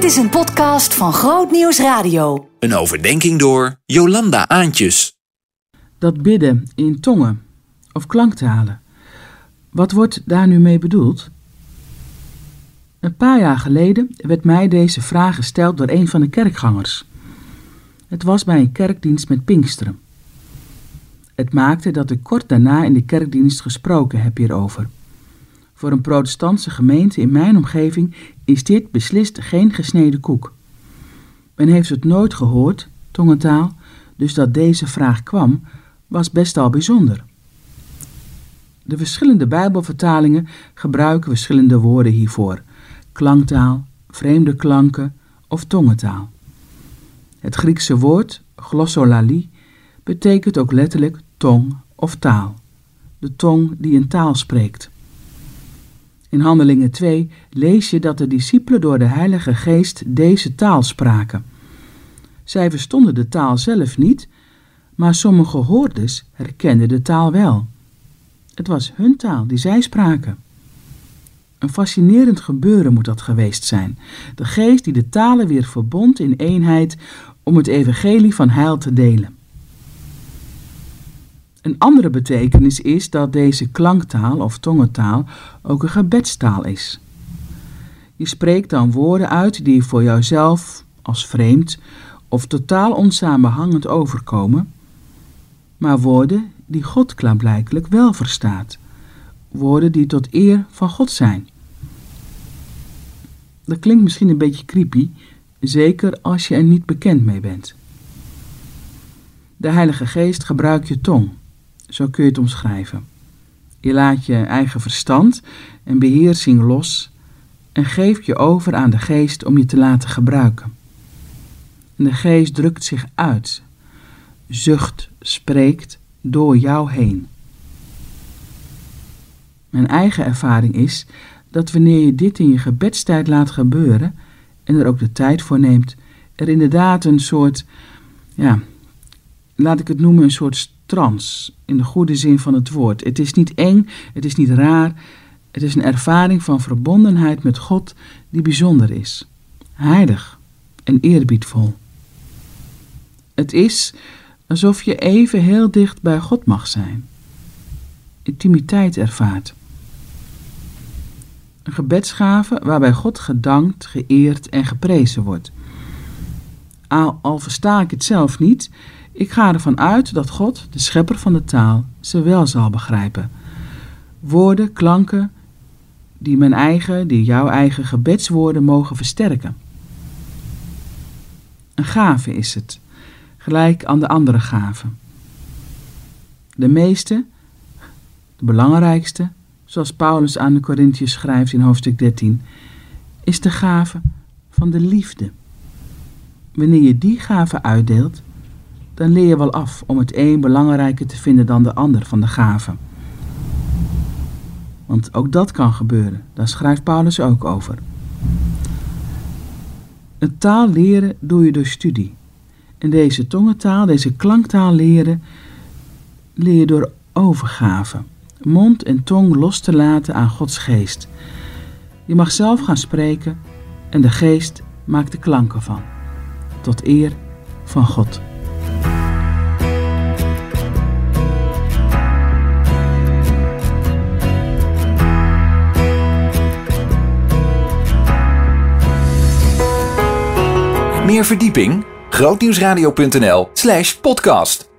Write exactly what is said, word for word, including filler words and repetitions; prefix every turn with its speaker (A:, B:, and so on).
A: is een podcast van Groot Nieuws Radio.
B: Een overdenking door Jolanda Aantjes.
C: Dat bidden in tongen of klanktalen. Wat wordt daar nu mee bedoeld? Een paar jaar geleden werd mij deze vraag gesteld door een van de kerkgangers. Het was bij een kerkdienst met Pinksteren. Het maakte dat ik kort daarna in de kerkdienst gesproken heb hierover. Voor een protestantse gemeente in mijn omgeving is dit beslist geen gesneden koek. Men heeft het nooit gehoord, tongentaal, dus dat deze vraag kwam, was best al bijzonder. De verschillende Bijbelvertalingen gebruiken verschillende woorden hiervoor: klanktaal, vreemde klanken of tongentaal. Het Griekse woord glossolalie betekent ook letterlijk tong of taal, de tong die een taal spreekt. In Handelingen twee lees je dat de discipelen door de Heilige Geest deze taal spraken. Zij verstonden de taal zelf niet, maar sommige hoorders herkenden de taal wel. Het was hun taal die zij spraken. Een fascinerend gebeuren moet dat geweest zijn. De Geest die de talen weer verbond in eenheid om het evangelie van heil te delen. Een andere betekenis is dat deze klanktaal of tongentaal ook een gebedstaal is. Je spreekt dan woorden uit die voor jouzelf als vreemd of totaal onsamenhangend overkomen, maar woorden die God klaarblijkelijk wel verstaat. Woorden die tot eer van God zijn. Dat klinkt misschien een beetje creepy, zeker als je er niet bekend mee bent. De Heilige Geest gebruikt je tong. Zo kun je het omschrijven. Je laat je eigen verstand en beheersing los en geeft je over aan de Geest om je te laten gebruiken. En de Geest drukt zich uit, zucht, spreekt door jou heen. Mijn eigen ervaring is dat wanneer je dit in je gebedstijd laat gebeuren en er ook de tijd voor neemt, er inderdaad een soort, ja, laat ik het noemen, een soort trance, in de goede zin van het woord. Het is niet eng, het is niet raar, het is een ervaring van verbondenheid met God die bijzonder is, heilig en eerbiedvol. Het is alsof je even heel dicht bij God mag zijn, intimiteit ervaart. Een gebedsgave waarbij God gedankt, geëerd en geprezen wordt. Al, al versta ik het zelf niet, ik ga ervan uit dat God, de schepper van de taal, ze wel zal begrijpen. Woorden, klanken, die mijn eigen, die jouw eigen gebedswoorden mogen versterken. Een gave is het, gelijk aan de andere gaven. De meeste, de belangrijkste, zoals Paulus aan de Korinthiërs schrijft in hoofdstuk dertien, is de gave van de liefde. Wanneer je die gave uitdeelt, dan leer je wel af om het een belangrijker te vinden dan de ander van de gaven. Want ook dat kan gebeuren, daar schrijft Paulus ook over. Een taal leren doe je door studie. En deze tongentaal, deze klanktaal leren, leer je door overgave. Mond en tong los te laten aan Gods geest. Je mag zelf gaan spreken en de geest maakt de klanken van. Tot eer van God.
B: Meer verdieping? grootnieuwsradio punt n l slash podcast